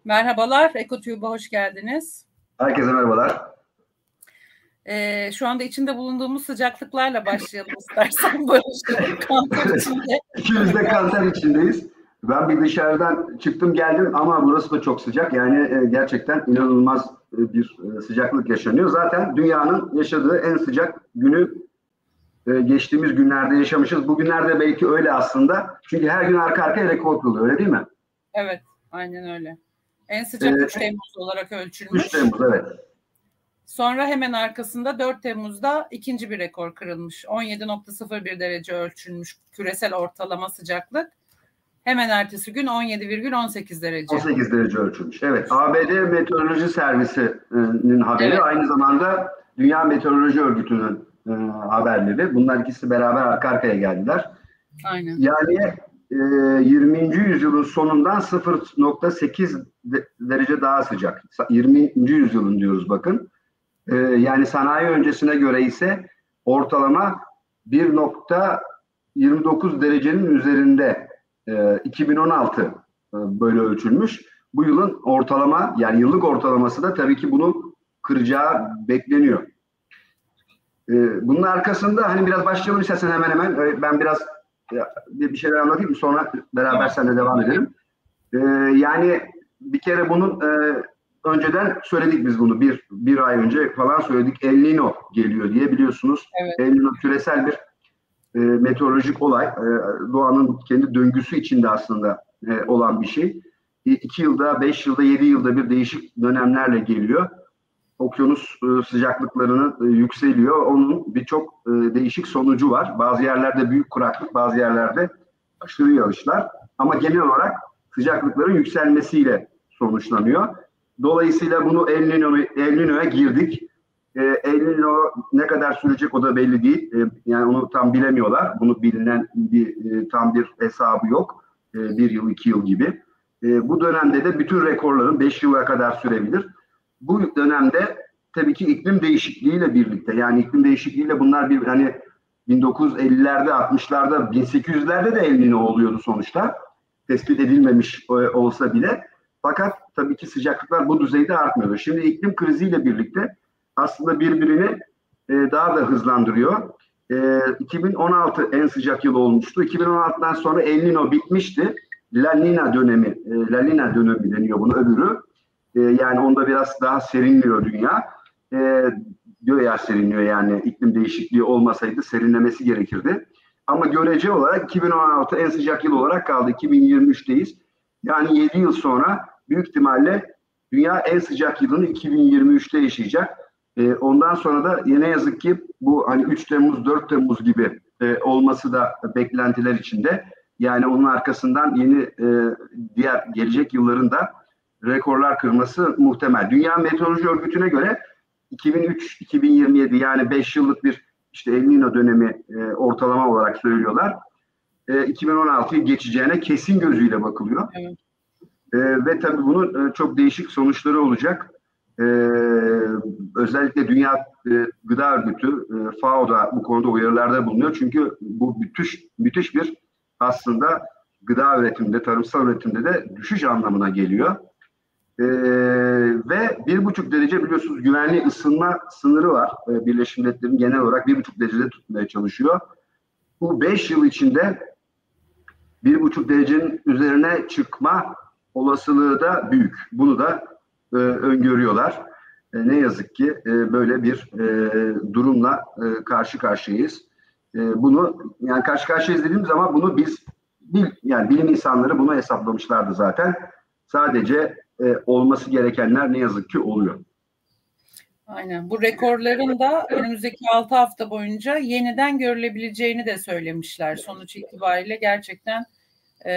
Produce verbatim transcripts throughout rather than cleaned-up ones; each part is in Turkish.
Merhabalar, EkoTube'a hoş geldiniz. Herkese merhabalar. Ee, şu anda içinde bulunduğumuz sıcaklıklarla başlayalım istersen Barış. Kanter içinde. İkimiz de kanter içindeyiz. Ben bir dışarıdan çıktım geldim ama burası da çok sıcak. Yani gerçekten inanılmaz bir sıcaklık yaşanıyor. Zaten dünyanın yaşadığı en sıcak günü geçtiğimiz günlerde yaşamışız. Bugünlerde belki öyle aslında. Çünkü her gün arka arkaya rekor kılıyor, öyle değil mi? Evet, aynen öyle. En sıcak ee, üç Temmuz olarak ölçülmüş. üç Temmuz, evet. Sonra hemen arkasında dört Temmuz'da ikinci bir rekor kırılmış. on yedi nokta sıfır bir derece ölçülmüş küresel ortalama sıcaklık. Hemen ertesi gün on yedi virgül on sekiz derece. on sekiz derece ölçülmüş. Evet. A B D Meteoroloji Servisi'nin haberi, evet. Aynı zamanda Dünya Meteoroloji Örgütü'nün e, haberleri. Bunlar ikisi beraber arka arkaya geldiler. Aynen. Yani e, yirminci yüzyılın sonundan sıfır nokta sekiz de, derece daha sıcak. yirminci yüzyılın diyoruz bakın. E, yani sanayi öncesine göre ise ortalama bir nokta yirmi dokuz derecenin üzerinde e, iki bin on altı e, böyle ölçülmüş. Bu yılın ortalama, yani yıllık ortalaması da tabii ki bunu kıracağı bekleniyor. E, bunun arkasında hani biraz başlayalım istersen hemen hemen. Ben biraz bir şeyler anlatayım, sonra beraber seninle devam edelim. Ee, yani bir kere bunun e, önceden söyledik biz bunu. Bir, bir ay önce falan söyledik. El Niño geliyor diye, biliyorsunuz. Evet. El Niño küresel bir e, meteorolojik olay. E, doğanın kendi döngüsü içinde aslında e, olan bir şey. E, iki yılda, beş yılda, yedi yılda bir değişik dönemlerle geliyor. Okyanus e, sıcaklıklarının e, yükseliyor. Onun birçok e, değişik sonucu var. Bazı yerlerde büyük kuraklık, bazı yerlerde aşırı yağışlar. Ama genel olarak sıcaklıkların yükselmesiyle sonuçlanıyor. Dolayısıyla bunu El Niño'ya El Niño'ya girdik. E, El Niño ne kadar sürecek o da belli değil. E, yani onu tam bilemiyorlar. Bunu bilinen bir e, tam bir hesabı yok. E, bir yıl, iki yıl gibi. E, bu dönemde de bütün rekorların beş yıla kadar sürebilir. Bu dönemde tabii ki iklim değişikliğiyle birlikte, yani iklim değişikliğiyle bunlar bir hani bin dokuz yüz ellilerde, altmışlarda, bin sekiz yüzlerde de El Niño oluyordu sonuçta. Tespit edilmemiş olsa bile. Fakat tabii ki sıcaklıklar bu düzeyde artmıyordu. Şimdi iklim kriziyle birlikte aslında birbirini daha da hızlandırıyor. iki bin on altı en sıcak yıl olmuştu. iki bin on altıdan sonra El Niño bitmişti. La Niña dönemi, La Niña dönemi deniyor bunu, öbürü. Yani onda biraz daha serinliyor dünya. E, göğe serinliyor, yani iklim değişikliği olmasaydı serinlemesi gerekirdi. Ama görece olarak iki bin on altı en sıcak yıl olarak kaldı. iki bin yirmi üçteyiz. Yani yedi yıl sonra büyük ihtimalle dünya en sıcak yılını iki bin yirmi üçte yaşayacak. E, ondan sonra da ne yazık ki bu hani üç Temmuz, dört Temmuz gibi e, olması da beklentiler içinde. Yani onun arkasından yeni e, diğer gelecek yılların da rekorlar kırması muhtemel. Dünya Meteoroloji Örgütü'ne göre iki bin üç iki bin yirmi yedi, yani beş yıllık bir işte El Niño dönemi e, ortalama olarak söylüyorlar. E, iki bin on altıyı geçeceğine kesin gözüyle bakılıyor. Evet. E, ve tabii bunun e, çok değişik sonuçları olacak. E, özellikle Dünya e, Gıda Örgütü, e, F A O da bu konuda uyarılarda bulunuyor. Çünkü bu müthiş, müthiş bir aslında gıda üretiminde, tarımsal üretimde de düşüş anlamına geliyor. Ee, ve bir buçuk derece biliyorsunuz güvenli ısınma sınırı var. Ee, Birleşmiş Milletler'in genel olarak bir buçuk derecede tutmaya çalışıyor. Bu beş yıl içinde bir buçuk derecenin üzerine çıkma olasılığı da büyük. Bunu da e, öngörüyorlar. E, ne yazık ki e, böyle bir e, durumla e, karşı karşıyayız. E, bunu yani karşı karşıyayız dediğim zaman bunu biz bil, yani bilim insanları bunu hesaplamışlardı zaten. Sadece e, olması gerekenler ne yazık ki oluyor. Aynen. Bu rekorların da önümüzdeki altı hafta boyunca yeniden görülebileceğini de söylemişler. Sonuç itibariyle gerçekten e,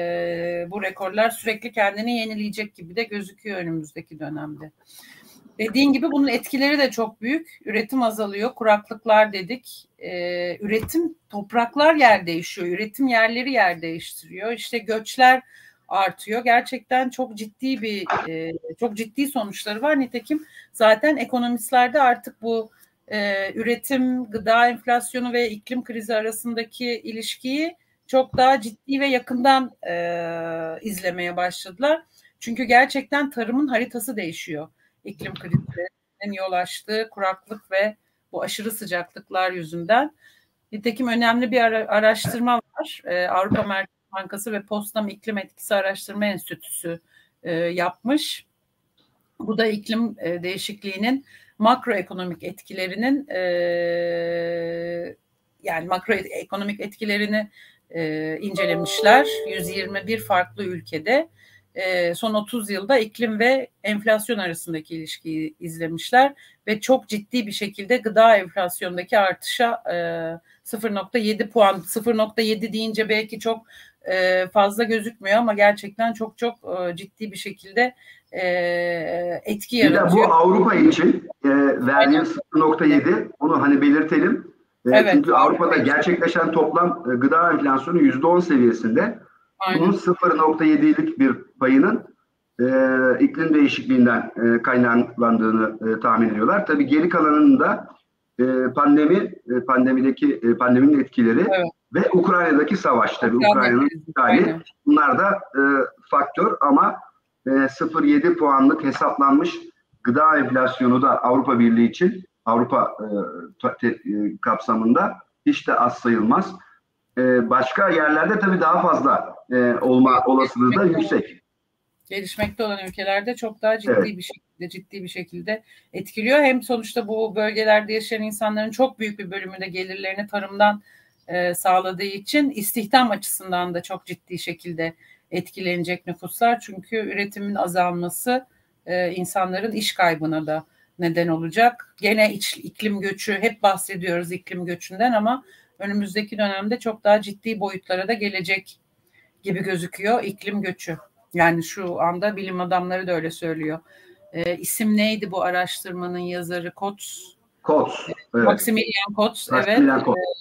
bu rekorlar sürekli kendini yenileyecek gibi de gözüküyor önümüzdeki dönemde. Dediğin gibi bunun etkileri de çok büyük. Üretim azalıyor, kuraklıklar dedik. E, üretim, topraklar yer değişiyor, üretim yerleri yer değiştiriyor. İşte göçler artıyor. Gerçekten çok ciddi bir e, çok ciddi sonuçları var. Nitekim zaten ekonomistlerde artık bu e, üretim, gıda enflasyonu ve iklim krizi arasındaki ilişkiyi çok daha ciddi ve yakından e, izlemeye başladılar. Çünkü gerçekten tarımın haritası değişiyor. İklim krizlerinin yol açtığı kuraklık ve bu aşırı sıcaklıklar yüzünden. Nitekim önemli bir ara, araştırma var. Ee, Avrupa Merkez Bankası ve Potsdam İklim Etkisi Araştırma Enstitüsü e, yapmış. Bu da iklim e, değişikliğinin makroekonomik etkilerinin e, yani makroekonomik etkilerini e, incelemişler. yüz yirmi bir farklı ülkede e, son otuz yılda iklim ve enflasyon arasındaki ilişkiyi izlemişler ve çok ciddi bir şekilde gıda enflasyondaki artışa e, sıfır nokta yedi puan, sıfır nokta yedi deyince belki çok e, fazla gözükmüyor ama gerçekten çok çok e, ciddi bir şekilde e, etki yaratıyor. Bir de bu Avrupa için e, verdiğim sıfır nokta yedi, onu hani belirtelim. E, evet, çünkü Avrupa Avrupa'da için gerçekleşen toplam e, gıda enflasyonu yüzde on seviyesinde. Aynen. Bunun sıfır nokta yedilik bir payının e, iklim değişikliğinden e, kaynaklandığını e, tahmin ediyorlar. Tabii geri kalanının da e, pandemi, e, pandemideki e, pandeminin etkileri, evet, ve Ukrayna'daki savaş, tabii Ukrayna'nın işgali, bunlar da e, faktör ama sıfır nokta yedi puanlık hesaplanmış gıda enflasyonu da Avrupa Birliği için, Avrupa e, e, kapsamında hiç de az sayılmaz. E, başka yerlerde tabii daha fazla e, olma olasılığı da yüksek. Gelişmekte olan ülkelerde çok daha ciddi, evet, bir şekilde ciddi bir şekilde etkiliyor. Hem sonuçta bu bölgelerde yaşayan insanların çok büyük bir bölümü de gelirlerini tarımdan e, sağladığı için istihdam açısından da çok ciddi şekilde etkilenecek nüfuslar. Çünkü üretimin azalması e, insanların iş kaybına da neden olacak. Gene iç, iklim göçü, hep bahsediyoruz iklim göçünden ama önümüzdeki dönemde çok daha ciddi boyutlara da gelecek gibi gözüküyor iklim göçü. Yani şu anda bilim adamları da öyle söylüyor. E, isim neydi bu araştırmanın yazarı? Coates. Coates. Evet. Maximilian Coates. Maximilian evet. Coates.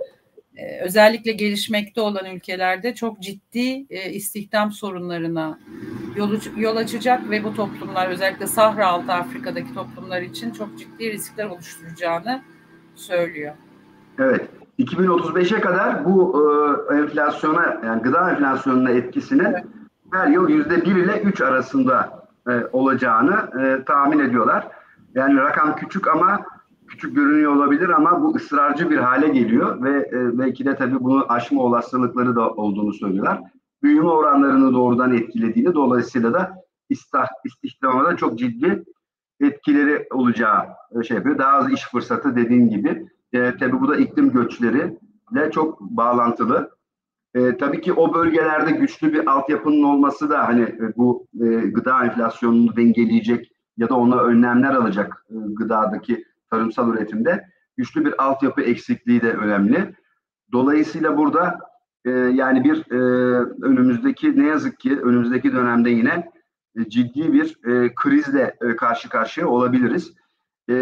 Ee, özellikle gelişmekte olan ülkelerde çok ciddi e, istihdam sorunlarına yol, yol açacak ve bu toplumlar, özellikle Sahra Altı Afrika'daki toplumlar için çok ciddi riskler oluşturacağını söylüyor. Evet. iki bin otuz beşe kadar bu e, enflasyona, yani gıda enflasyonuna etkisinin, evet, her yıl yüzde bir ile üç arasında e, olacağını e, tahmin ediyorlar. Yani rakam küçük ama küçük görünüyor olabilir ama bu ısrarcı bir hale geliyor ve e, belki de tabii bunu aşma olasılıkları da olduğunu söylüyorlar. Büyüme oranlarını doğrudan etkilediğini, dolayısıyla da istihdama da çok ciddi etkileri olacağı şey yapıyor. Daha az iş fırsatı, dediğim gibi. E, tabii bu da iklim göçleriyle çok bağlantılı. E, tabii ki o bölgelerde güçlü bir altyapının olması da hani e, bu e, gıda enflasyonunu dengeleyecek ya da ona önlemler alacak e, gıdadaki tarımsal üretimde güçlü bir altyapı eksikliği de önemli. Dolayısıyla burada e, yani bir e, önümüzdeki ne yazık ki önümüzdeki dönemde yine e, ciddi bir e, krizle e, karşı karşıya olabiliriz. E,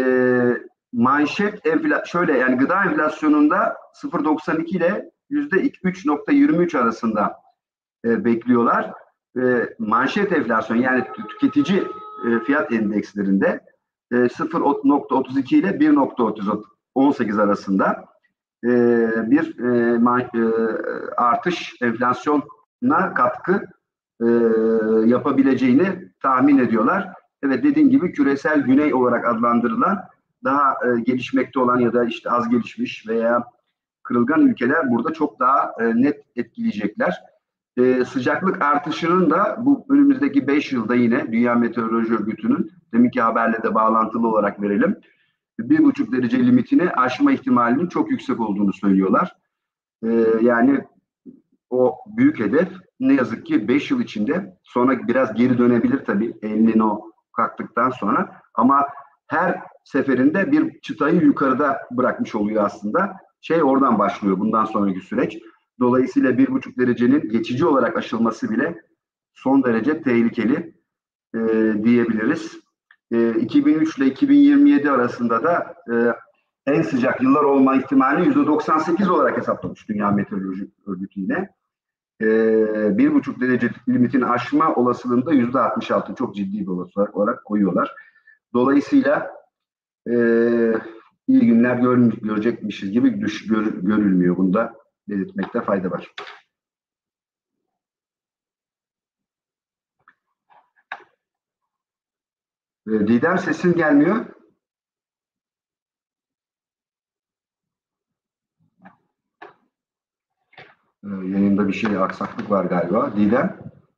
manşet enfla şöyle, yani gıda enflasyonunda sıfır virgül doksan iki ile yüzde üç nokta yirmi üç arasında e, bekliyorlar. E, manşet enflasyon, yani tüketici e, fiyat endekslerinde e, sıfır nokta otuz iki ile bir nokta on sekiz arasında e, bir e, ma, e, artış, enflasyona katkı e, yapabileceğini tahmin ediyorlar. Evet, dediğim gibi küresel güney olarak adlandırılan daha e, gelişmekte olan ya da işte az gelişmiş veya kırılgan ülkeler burada çok daha e, net etkileyecekler. E, sıcaklık artışının da bu önümüzdeki beş yılda yine Dünya Meteoroloji Örgütü'nün deminki haberle de bağlantılı olarak verelim, bir buçuk derece limitini aşma ihtimalinin çok yüksek olduğunu söylüyorlar. E, yani o büyük hedef ne yazık ki beş yıl içinde, sonra biraz geri dönebilir tabii El Niño kalktıktan sonra, ama her seferinde bir çıtayı yukarıda bırakmış oluyor aslında. Şey oradan başlıyor bundan sonraki süreç. Dolayısıyla bir buçuk derecenin geçici olarak aşılması bile son derece tehlikeli e, diyebiliriz. E, iki bin üç ile iki bin yirmi yedi arasında da e, en sıcak yıllar olma ihtimalini yüzde doksan sekiz olarak hesaplamış Dünya Meteoroloji Örgütü yine. E, bir buçuk derece limitini aşma olasılığını da yüzde altmış altı, çok ciddi bir olasılık olarak koyuyorlar. Dolayısıyla e, iyi günler gör, görecekmişiz gibi düş, gör, görülmüyor. Bunda belirtmekte fayda var. E, Didem, sesin gelmiyor. E, yayında bir şey, aksaklık var galiba. Didem.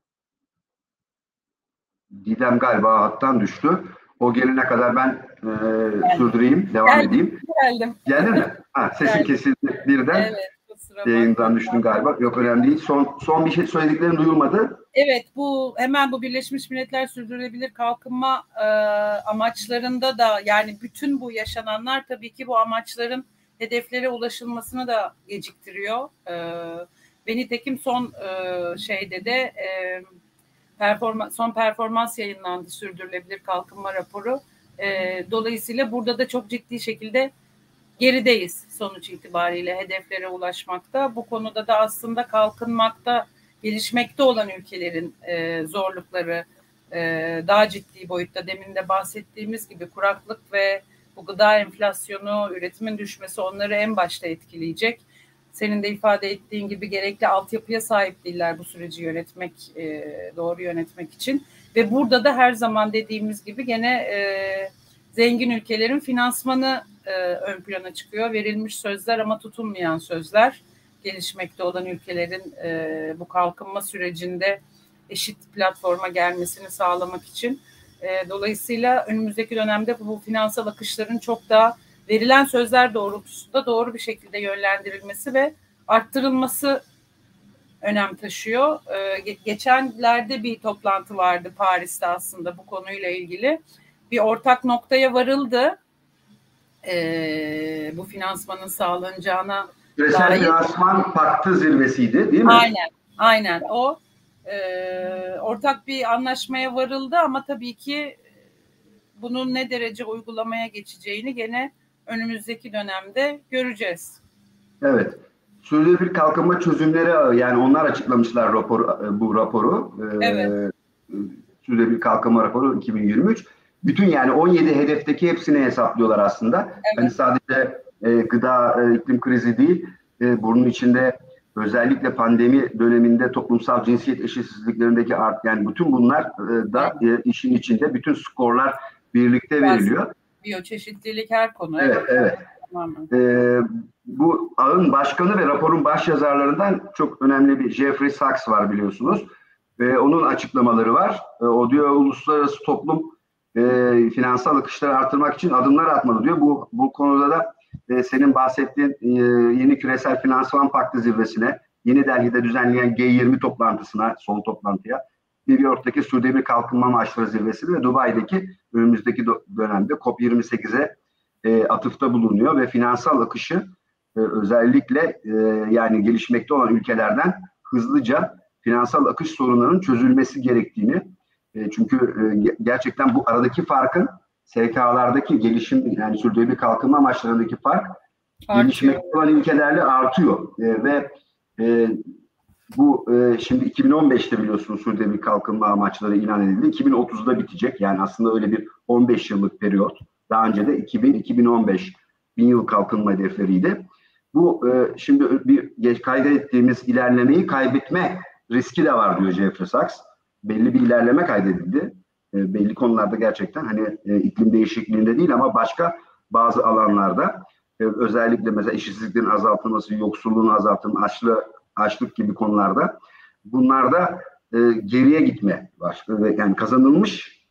Didem galiba hattan düştü. O gelene kadar ben e, sürdüreyim, devam geldim, edeyim. Geldim. Geldin mi? Ha, sesin Geldim. kesildi birden. Evet, kusura bakma. Yayından düştün galiba. Yok, önemli değil. Son, son bir şey söylediklerin duyulmadı. Evet, bu hemen bu Birleşmiş Milletler Sürdürülebilir Kalkınma e, amaçlarında da, yani bütün bu yaşananlar tabii ki bu amaçların hedeflere ulaşılmasını da geciktiriyor. E, ve nitekim son e, şeyde de e, performans, son performans yayınlandı, sürdürülebilir kalkınma raporu. E, dolayısıyla burada da çok ciddi şekilde gerideyiz sonuç itibariyle hedeflere ulaşmakta. Bu konuda da aslında kalkınmakta, gelişmekte olan ülkelerin e, zorlukları e, daha ciddi boyutta, demin de bahsettiğimiz gibi kuraklık ve bu gıda enflasyonu, üretimin düşmesi onları en başta etkileyecek. Senin de ifade ettiğin gibi gerekli altyapıya sahip değiller bu süreci yönetmek, e, doğru yönetmek için. Ve burada da her zaman dediğimiz gibi gene e, zengin ülkelerin finansmanı e, ön plana çıkıyor. Verilmiş sözler ama tutunmayan sözler. Gelişmekte olan ülkelerin e, bu kalkınma sürecinde eşit platforma gelmesini sağlamak için. E, dolayısıyla önümüzdeki dönemde bu, bu finansal akışların çok daha verilen sözler doğrultusunda doğru bir şekilde yönlendirilmesi ve arttırılması önem taşıyor. E, geçenlerde bir toplantı vardı Paris'te aslında bu konuyla ilgili. Bir ortak noktaya varıldı. E, bu finansmanın sağlanacağına Küresel dair. Finansman Paktı zirvesiydi değil mi? Aynen, aynen o. E, ortak bir anlaşmaya varıldı ama tabii ki bunun ne derece uygulamaya geçeceğini gene önümüzdeki dönemde göreceğiz. Evet. Sürdürülebilir kalkınma çözümleri ağı, yani onlar açıklamışlar raporu, bu raporu. Evet. Ee, Sürdürülebilir kalkınma raporu iki bin yirmi üç. Bütün, yani on yedi hedefteki hepsini hesaplıyorlar aslında. Evet. Hani sadece e, gıda, e, iklim krizi değil, e, bunun içinde özellikle pandemi döneminde toplumsal cinsiyet eşitsizliklerindeki art, yani bütün bunlar e, da e, işin içinde, bütün skorlar birlikte veriliyor. Biyoçeşitlilik her konu. Evet, evet. Ee, bu ağın başkanı ve raporun başyazarlarından çok önemli bir Jeffrey Sachs var, biliyorsunuz. Ee, onun açıklamaları var. Ee, o diyor, uluslararası toplum e, finansal akışları artırmak için adımlar atmalı diyor. Bu bu konuda da e, senin bahsettiğin e, yeni küresel finansman paktı zirvesine, Yeni Delhi'de düzenleyen G yirmi toplantısına, son toplantıya, New York'taki sürdürülebilir kalkınma amaçları zirvesine ve Dubai'deki önümüzdeki dönemde COP yirmi sekize E, atıfta bulunuyor ve finansal akışı e, özellikle e, yani gelişmekte olan ülkelerden hızlıca finansal akış sorunlarının çözülmesi gerektiğini, e, çünkü e, gerçekten bu aradaki farkın S K A'lardaki gelişim, yani sürdürülebilir kalkınma amaçlarındaki fark artıyor. Gelişmekte olan ülkelerle artıyor e, ve e, bu e, şimdi iki bin on beşte biliyorsunuz sürdürülebilir kalkınma amaçları ilan edildi. iki bin otuzda bitecek, yani aslında öyle bir on beş yıllık periyot. Daha önce de iki bin iki bin on beş bin yıl kalkınma hedefleriydi. Bu e, şimdi bir kaydettiğimiz ilerlemeyi kaybetme riski de var diyor Jeffrey Sachs. Belli bir ilerleme kaydedildi. E, belli konularda gerçekten, hani e, iklim değişikliğinde değil ama başka bazı alanlarda e, özellikle mesela eşitsizliklerin azaltılması, yoksulluğun azaltılması, açlık, açlık gibi konularda, bunlarda e, geriye gitme var. E, yani kazanılmış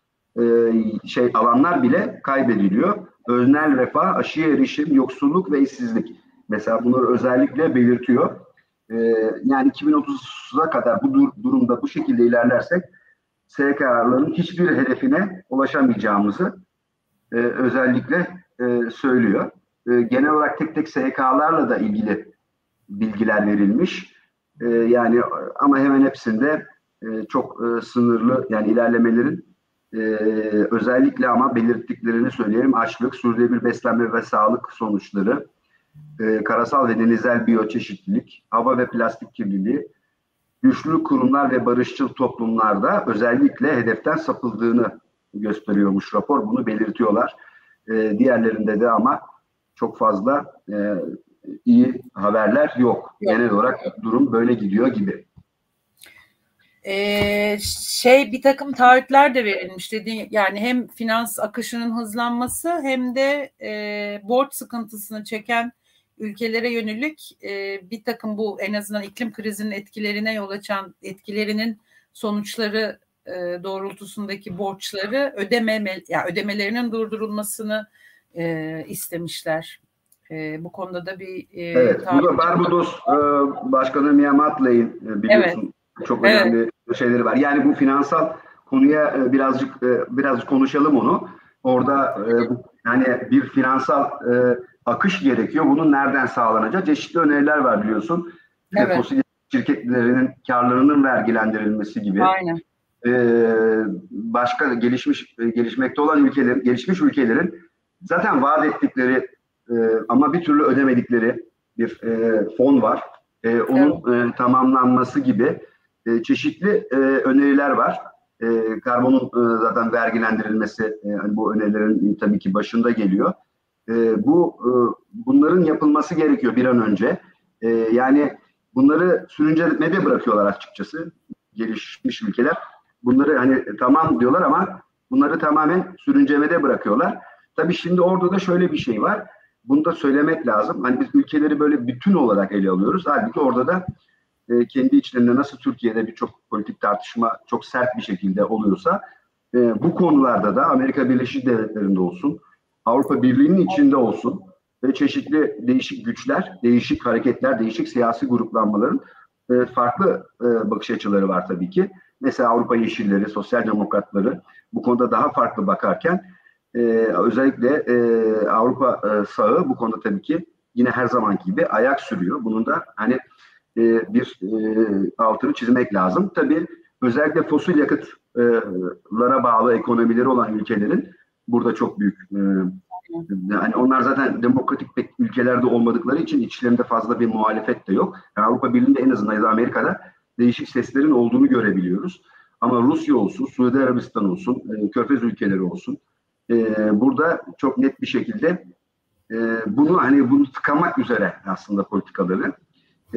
şey alanlar bile kaybediliyor. Öznel refah, aşıya erişim, yoksulluk ve işsizlik. Mesela bunları özellikle belirtiyor. Yani iki bin otuza kadar bu dur- durumda bu şekilde ilerlersek S K A'ların hiçbir hedefine ulaşamayacağımızı e, özellikle e, söylüyor. E, genel olarak tek tek S K A'larla da ilgili bilgiler verilmiş. E, yani ama hemen hepsinde e, çok e, sınırlı, yani ilerlemelerin Ee, özellikle ama belirttiklerini söyleyelim. Açlık, sürdürülebilir beslenme ve sağlık sonuçları, e, karasal ve denizel biyoçeşitlilik, hava ve plastik kirliliği, güçlü kurumlar ve barışçıl toplumlarda özellikle hedeften sapıldığını gösteriyormuş rapor. Bunu belirtiyorlar. E, diğerlerinde de ama çok fazla e, iyi haberler yok. Genel olarak durum böyle gidiyor gibi. Ee, şey bir takım taahhütler de verilmiş dedi. Yani hem finans akışının hızlanması hem de e, borç sıkıntısını çeken ülkelere yönelik e, bir takım bu en azından iklim krizinin etkilerine yol açan etkilerinin sonuçları e, doğrultusundaki borçları ödeme ya yani ödemelerinin durdurulmasını e, istemişler. E, bu konuda da bir e, evet, bu da Barbados e, Başkanı Mia Mottley'in e, biliyorsun evet. çok önemli evet. şeyleri var. Yani bu finansal konuya e, birazcık e, biraz konuşalım onu. Orada e, yani bir finansal e, akış gerekiyor. Bunun nereden sağlanacağı çeşitli öneriler var biliyorsun. İşte evet. Fosil şirketlerinin karlarının vergilendirilmesi gibi. Aynen. E, başka gelişmiş gelişmekte olan ülkelerin, gelişmiş ülkelerin zaten vaat ettikleri e, ama bir türlü ödemedikleri bir e, fon var. E, onun evet. e, tamamlanması gibi e, çeşitli e, öneriler var. E, karbonun e, zaten vergilendirilmesi e, hani bu önerilerin tabii ki başında geliyor. E, bu e, bunların yapılması gerekiyor bir an önce. E, yani bunları sürüncemede bırakıyorlar açıkçası gelişmiş ülkeler. Bunları hani tamam diyorlar ama bunları tamamen sürüncemede bırakıyorlar. Tabii şimdi orada da şöyle bir şey var. Bunu da söylemek lazım. Hani biz ülkeleri böyle bütün olarak ele alıyoruz. Halbuki orada da e, kendi içlerinde nasıl Türkiye'de birçok politik tartışma çok sert bir şekilde oluyorsa e, bu konularda da Amerika Birleşik Devletleri'nde olsun, Avrupa Birliği'nin içinde olsun ve çeşitli değişik güçler, değişik hareketler, değişik siyasi gruplanmaların e, farklı e, bakış açıları var tabii ki. Mesela Avrupa Yeşilleri, Sosyal Demokratları bu konuda daha farklı bakarken Ee, özellikle e, Avrupa e, sağı bu konuda tabii ki yine her zamanki gibi ayak sürüyor. Bunun da hani e, bir e, altını çizmek lazım. Tabii özellikle fosil yakıtlara bağlı ekonomileri olan ülkelerin burada çok büyük e, yani onlar zaten demokratik pek ülkelerde olmadıkları için içlerinde fazla bir muhalefet de yok. Yani Avrupa Birliği'nde en azından ya da Amerika'da değişik seslerin olduğunu görebiliyoruz. Ama Rusya olsun, Suudi Arabistan olsun, e, Körfez ülkeleri olsun Ee, burada çok net bir şekilde e, bunu hani bunu tıkamak üzere aslında politikaları e,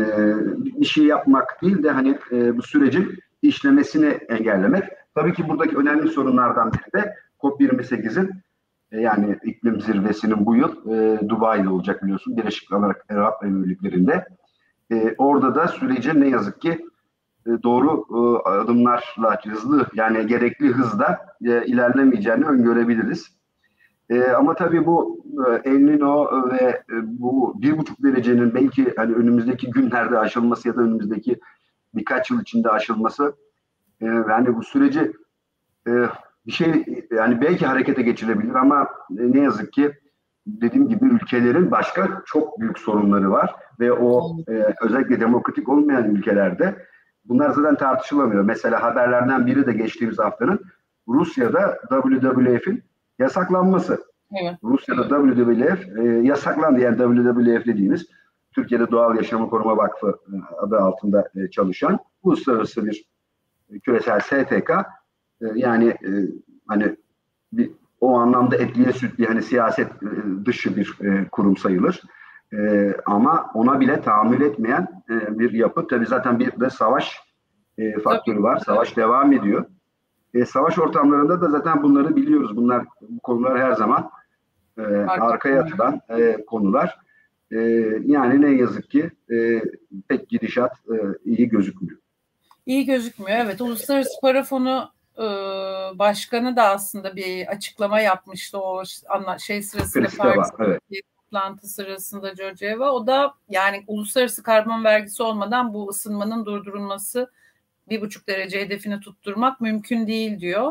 bir şey yapmak değil de hani e, bu sürecin işlemesini engellemek. Tabii ki buradaki önemli sorunlardan biri de COP yirmi sekizin e, yani iklim zirvesinin bu yıl e, Dubai'de olacak biliyorsun Birleşik Arap Emirlikleri'nde. E, orada da sürecin ne yazık ki doğru e, adımlarla hızlı yani gerekli hızda e, ilerlemeyeceğini öngörebiliriz. E, ama tabii bu e, El Niño ve e, bu bir buçuk derecenin belki hani önümüzdeki günlerde aşılması ya da önümüzdeki birkaç yıl içinde aşılması e, yani bu süreci e, bir şey yani belki harekete geçirebilir ama e, ne yazık ki dediğim gibi ülkelerin başka çok büyük sorunları var ve o e, özellikle demokratik olmayan ülkelerde bunlar zaten tartışılamıyor. Mesela haberlerden biri de geçtiğimiz haftanın Rusya'da W W F'in yasaklanması. Evet. Rusya'da W W F e, yasaklandı. Yani W W F dediğimiz Türkiye'de Doğal Yaşamı Koruma Vakfı e, adı altında e, çalışan uluslararası bir e, küresel S T K. E, yani e, hani bir, o anlamda etliye sütlü hani siyaset e, dışı bir e, kurum sayılır. Ee, ama ona bile tahammül etmeyen e, bir yapı. Tabii zaten bir de savaş e, faktörü var. Savaş devam ediyor. E, savaş ortamlarında da zaten bunları biliyoruz. Bunlar bu konular her zaman e, arkaya atılan e, konular. E, yani ne yazık ki e, pek gidişat e, iyi gözükmüyor. İyi gözükmüyor. Evet. Uluslararası Para Fonu e, Başkanı da aslında bir açıklama yapmıştı o şey sırasında. Paris, evet. Toplantı sırasında Georgieva. O da yani uluslararası karbon vergisi olmadan bu ısınmanın durdurulması bir buçuk derece hedefini tutturmak mümkün değil diyor.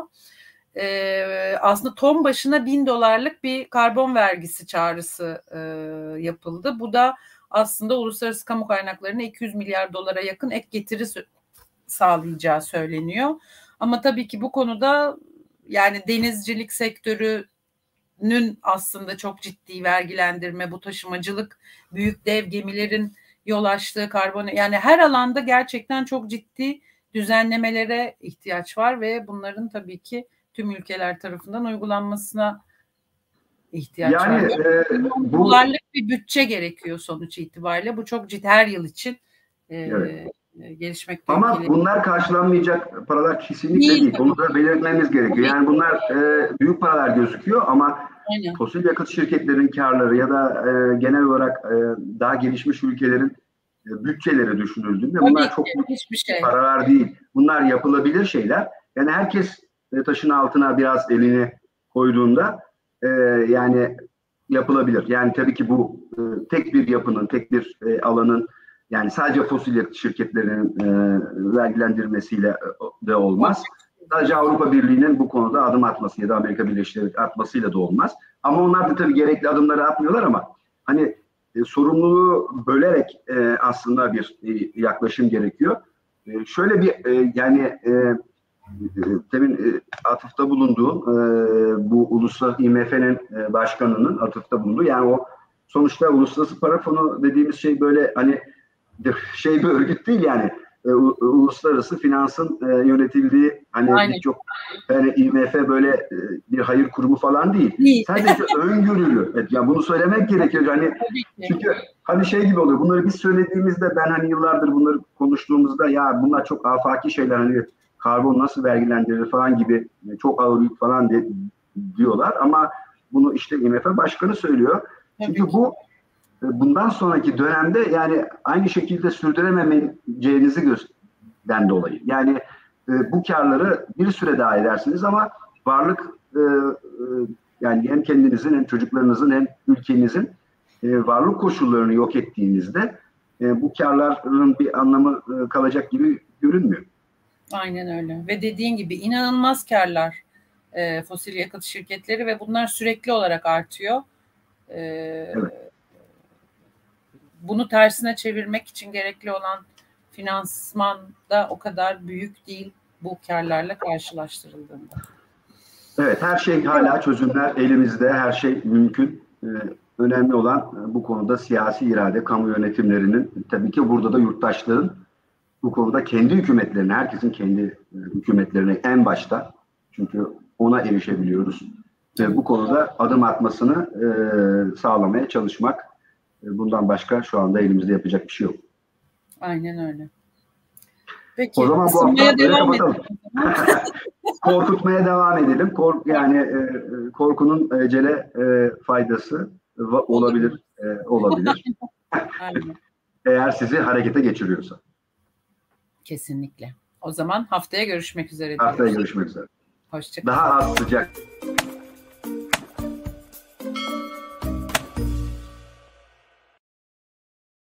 Ee, aslında ton başına bin dolarlık bir karbon vergisi çağrısı e, yapıldı. Bu da aslında uluslararası kamu kaynaklarına iki yüz milyar dolara yakın ek getiri sağlayacağı söyleniyor. Ama tabii ki bu konuda yani denizcilik sektörü nün aslında çok ciddi vergilendirme, bu taşımacılık, büyük dev gemilerin yol açtığı karbon yani her alanda gerçekten çok ciddi düzenlemelere ihtiyaç var ve bunların tabii ki tüm ülkeler tarafından uygulanmasına ihtiyaç yani, var. E, bu dolarlık bir bütçe gerekiyor sonuç itibariyle. Bu çok ciddi her yıl için. E, evet. gelişmekte. Ama ülkeleri. bunlar karşılanmayacak paralar kesinlikle değil. değil. Onu da belirtmemiz gerekiyor. Yani bunlar e, büyük paralar gözüküyor ama Aynen. fosil yakıt şirketlerin karları ya da e, genel olarak e, daha gelişmiş ülkelerin e, bütçeleri düşünüldüğünde Tabii bunlar ki, çok büyük şey. paralar değil. Bunlar yapılabilir şeyler. Yani herkes e, taşın altına biraz elini koyduğunda e, yani yapılabilir. Yani tabii ki bu e, tek bir yapının, tek bir e, alanın yani sadece fosil yakıt şirketlerinin e, vergilendirmesiyle de olmaz. Sadece Avrupa Birliği'nin bu konuda adım atması ya da Amerika Birleşik Devletleri atmasıyla da olmaz. Ama onlar da tabii gerekli adımları atmıyorlar ama hani e, sorumluluğu bölerek e, aslında bir e, yaklaşım gerekiyor. E, şöyle bir e, yani e, demin e, atıfta bulunduğum e, bu Uluslararası I M F'nin e, başkanının atıfta bulunduğu yani o sonuçta Uluslararası Para Fonu dediğimiz şey böyle hani şey bir örgüt değil yani e, uluslararası finansın e, yönetildiği hani birçok yani I M F böyle e, bir hayır kurumu falan değil. değil. Sadece öngörülü. Evet, yani bunu söylemek gerekiyor. Hani çünkü hani şey gibi oluyor. Bunları biz söylediğimizde ben hani yıllardır bunları konuştuğumuzda ya bunlar çok afaki şeyler hani karbon nasıl vergilendirilir falan gibi çok ağır yük falan de, diyorlar ama bunu işte I M F başkanı söylüyor. Çünkü Tabii bu bundan sonraki dönemde yani aynı şekilde sürdürememeyeceğinizi gözden dolayı. Yani e, bu karları bir süre daha edersiniz ama varlık e, e, yani hem kendinizin hem çocuklarınızın hem ülkenizin e, varlık koşullarını yok ettiğinizde e, bu karların bir anlamı e, kalacak gibi görünmüyor. Aynen öyle. Ve dediğin gibi inanılmaz karlar e, fosil yakıt şirketleri ve bunlar sürekli olarak artıyor. E, evet. Bunu tersine çevirmek için gerekli olan finansman da o kadar büyük değil bu karlarla karşılaştırıldığında. Evet, her şey hala çözümler elimizde, her şey mümkün. Ee, önemli olan bu konuda siyasi irade, kamu yönetimlerinin, tabii ki burada da yurttaşların bu konuda kendi hükümetlerine, herkesin kendi e, hükümetlerine en başta, çünkü ona erişebiliyoruz. Ve bu konuda adım atmasını e, sağlamaya çalışmak. E, bundan başka şu anda elimizde yapacak bir şey yok. Aynen öyle. Peki, o zaman bu hafta böyle kapatalım. Korkutmaya devam edelim. Kork, yani e, korkunun ecele e, faydası olabilir. E, olabilir. Eğer sizi harekete geçiriyorsa. Kesinlikle. O zaman haftaya görüşmek üzere. Haftaya diyoruz. görüşmek üzere. Hoşçakalın. Daha az sıcak